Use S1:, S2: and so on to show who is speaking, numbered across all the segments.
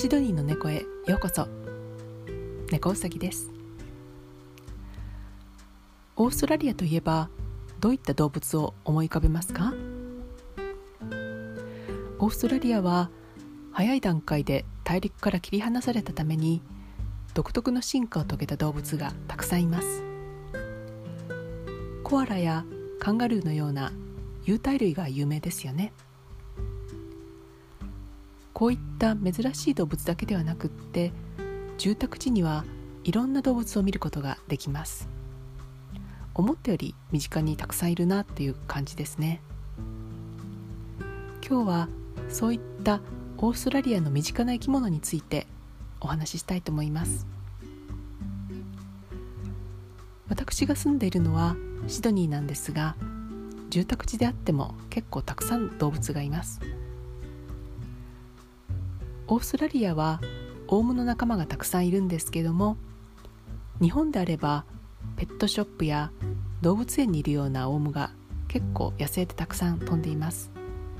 S1: シドニーの猫へようこそ。猫うさぎです。オーストラリアといえばどういった動物を思い浮かべますか？オーストラリアは早い段階で大陸から切り離されたために独特の進化を遂げた動物がたくさんいます。コアラやカンガルーのような有袋類が有名ですよね。こういった珍しい動物だけではなくって、住宅地にはいろんな動物を見ることができます。思ったより身近にたくさんいるなという感じですね。今日はそういったオーストラリアの身近な生き物についてお話ししたいと思います。私が住んでいるのはシドニーなんですが、住宅地であっても結構たくさん動物がいます。オーストラリアはオウムの仲間がたくさんいるんですけども、日本であればペットショップや動物園にいるようなオウムが結構野生でたくさん飛んでいます。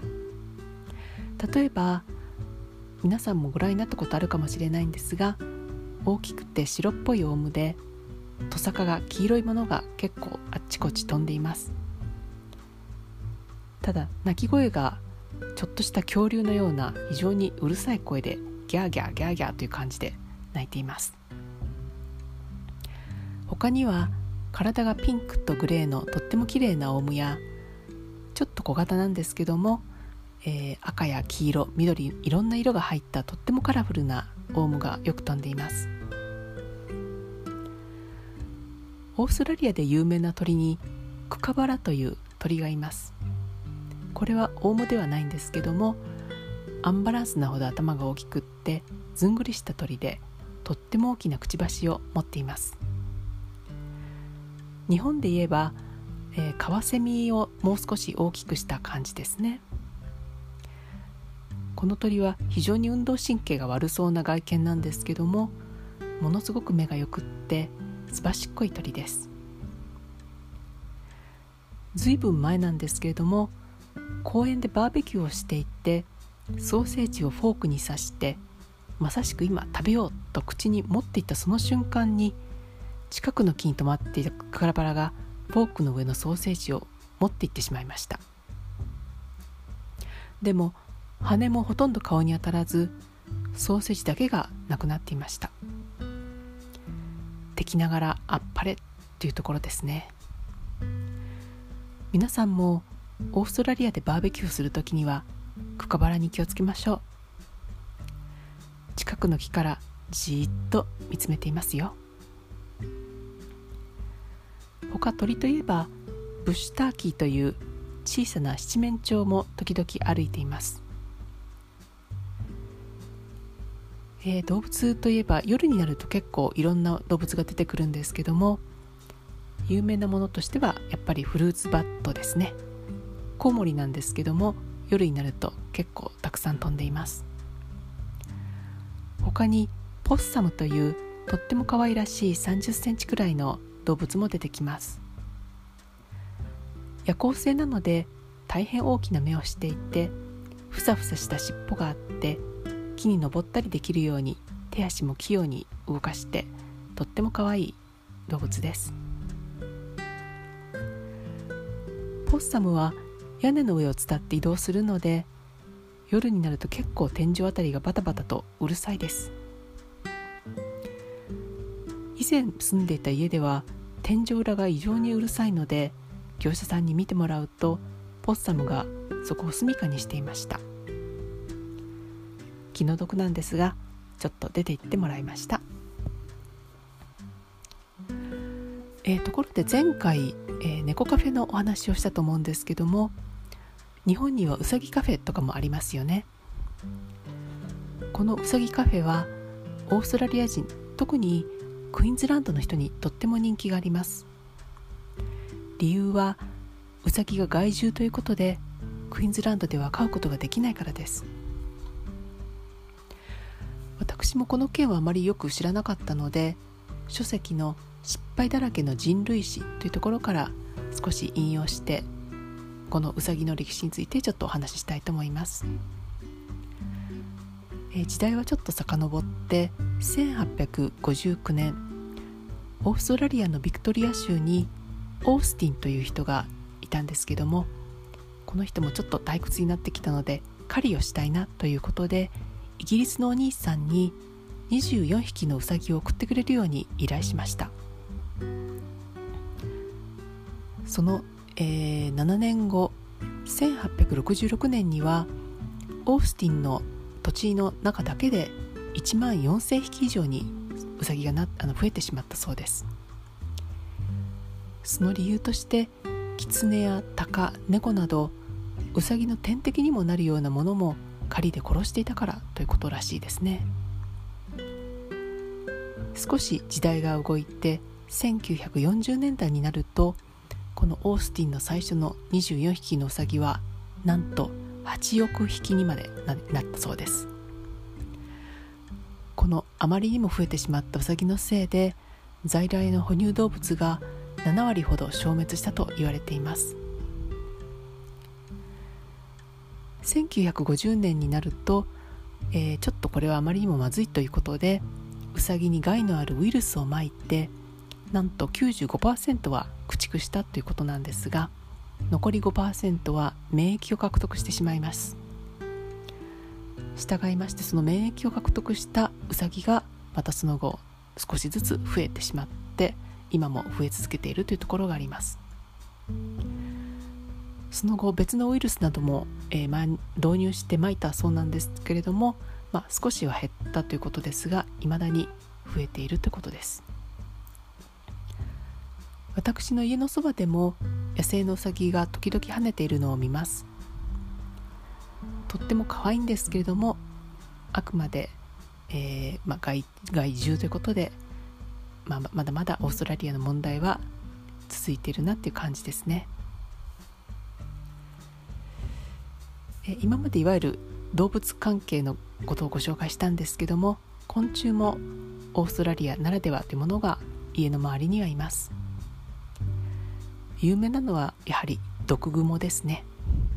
S1: 例えば皆さんもご覧になったことあるかもしれないんですが、大きくて白っぽいオウムでトサカが黄色いものが結構あっちこっち飛んでいます。ただ鳴き声がちょっとした恐竜のような非常にうるさい声でギャーギャーギャーギャーという感じで鳴いています。他には体がピンクとグレーのとっても綺麗なオウムや、ちょっと小型なんですけども、赤や黄色、緑、いろんな色が入ったとってもカラフルなオウムがよく飛んでいます。オーストラリアで有名な鳥にクカバラという鳥がいます。これはオウムではないんですけども、アンバランスなほど頭が大きくってずんぐりした鳥で、とっても大きなくちばしを持っています。日本で言えば、カワセミをもう少し大きくした感じですね。この鳥は非常に運動神経が悪そうな外見なんですけども、ものすごく目がよくってすばしっこい鳥です。ずいぶん前なんですけれども、公園でバーベキューをしていて、ソーセージをフォークに刺して、まさしく今食べようと口に持っていったその瞬間に、近くの木に止まっていたクカバラがフォークの上のソーセージを持っていってしまいました。でも羽もほとんど顔に当たらず、ソーセージだけがなくなっていました。敵ながらあっぱれというところですね。皆さんもオーストラリアでバーベキューするときにはクカバラに気をつけましょう。近くの木からじーっと見つめていますよ。他鳥といえばブッシュターキーという小さな七面鳥も時々歩いています。動物といえば夜になると結構いろんな動物が出てくるんですけども、有名なものとしてはやっぱりフルーツバットですね。コウモリなんですけども、夜になると結構たくさん飛んでいます。他にポッサムというとっても可愛らしい30センチくらいの動物も出てきます。夜行性なので大変大きな目をしていて、ふさふさした尻尾があって、木に登ったりできるように手足も器用に動かして、とっても可愛い動物です。ポッサムは屋根の上を伝って移動するので、夜になると結構天井あたりがバタバタとうるさいです。以前住んでいた家では天井裏が異常にうるさいので、業者さんに見てもらうとポッサムがそこを住処にしていました。気の毒なんですが、ちょっと出て行ってもらいました。ところで前回、猫カフェのお話をしたと思うんですけども、日本にはうさぎカフェとかもありますよね。このうさぎカフェはオーストラリア人、特にクイーンズランドの人にとっても人気があります。理由はウサギが害獣ということで、クイーンズランドでは飼うことができないからです。私もこの件はあまりよく知らなかったので、書籍の失敗だらけの人類史というところから少し引用して、このウサギの歴史についてちょっとお話ししたいと思います。 時代はちょっと遡って1859年、オーストラリアのビクトリア州にオースティンという人がいたんですけども、この人もちょっと退屈になってきたので狩りをしたいなということで、イギリスのお兄さんに24匹のウサギを送ってくれるように依頼しました。その、7年後、1866年にはオースティンの土地の中だけで1万4000匹以上にウサギが増えてしまったそうです。その理由として、キツネやタカ、猫などウサギの天敵にもなるようなものも狩りで殺していたからということらしいですね。少し時代が動いて1940年代になると、このオースティンの最初の24匹のウサギはなんと8億匹にまで なったそうです。このあまりにも増えてしまったウサギのせいで、在来の哺乳動物が7割ほど消滅したと言われています。1950年になると、ちょっとこれはあまりにもまずいということで、ウサギに害のあるウイルスをまいて、なんと 95% は駆逐したということなんですが、残り 5% は免疫を獲得してしまいます。従いまして、その免疫を獲得したウサギがまたその後少しずつ増えてしまって、今も増え続けているというところがあります。その後別のウイルスなども、導入してまいたそうなんですけれども、少しは減ったということですが、未だに増えているということです。私の家のそばでも野生のウサギが時々跳ねているのを見ます。とっても可愛いんですけれども、あくまで、害獣ということで、まだまだオーストラリアの問題は続いているなっていう感じですね。今までいわゆる動物関係のことをご紹介したんですけども、昆虫もオーストラリアならではというものが家の周りにはいます。有名なのはやはり毒グモですね。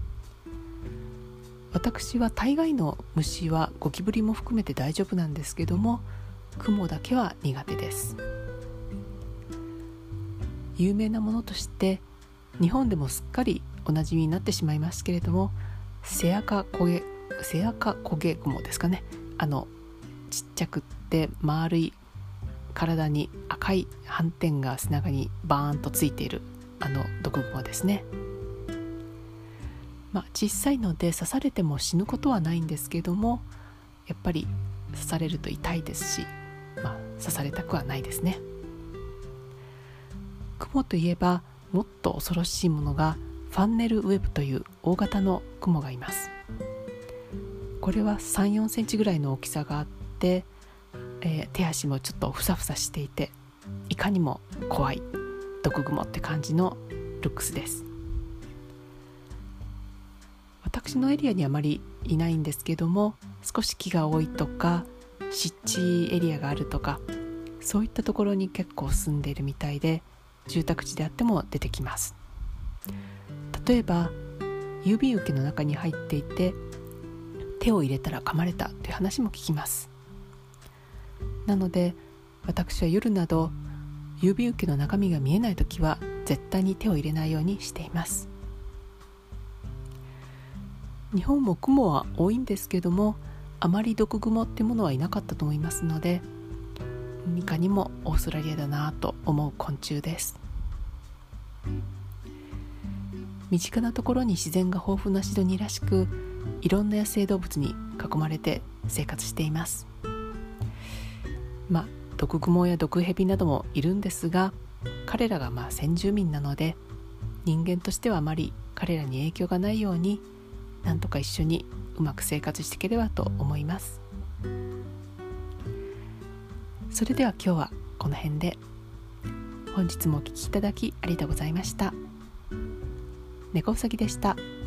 S1: 私は大概の虫はゴキブリも含めて大丈夫なんですけども、クモだけは苦手です。有名なものとして日本でもすっかりおなじみになってしまいますけれども、セアカコゲグモですかね。ちっちゃくって丸い体に赤い斑点が背中にバーンとついている毒グモですね。小さいので刺されても死ぬことはないんですけども、やっぱり刺されると痛いですし、刺されたくはないですね。クモといえばもっと恐ろしいものがファンネルウェブという大型のクモがいます。これは 3,4 センチぐらいの大きさがあって、手足もちょっとふさふさしていて、いかにも怖い毒グモって感じのルックスです。私のエリアにあまりいないんですけども、少し木が多いとか湿地エリアがあるとか、そういったところに結構住んでいるみたいで、住宅地であっても出てきます。例えば郵便受けの中に入っていて手を入れたら噛まれたという話も聞きます。なので私は夜など郵便受けの中身が見えないときは絶対に手を入れないようにしています。日本もクモは多いんですけども、あまり毒グモってものはいなかったと思いますので、いかにもオーストラリアだなと思う昆虫です。身近なところに自然が豊富なシドニーらしく、いろんな野生動物に囲まれて生活しています。毒グモや毒ヘビなどもいるんですが、彼らが先住民なので、人間としてはあまり彼らに影響がないように、なんとか一緒にうまく生活していければと思います。それでは今日はこの辺で。本日もお聞きいただきありがとうございました。猫うさぎでした。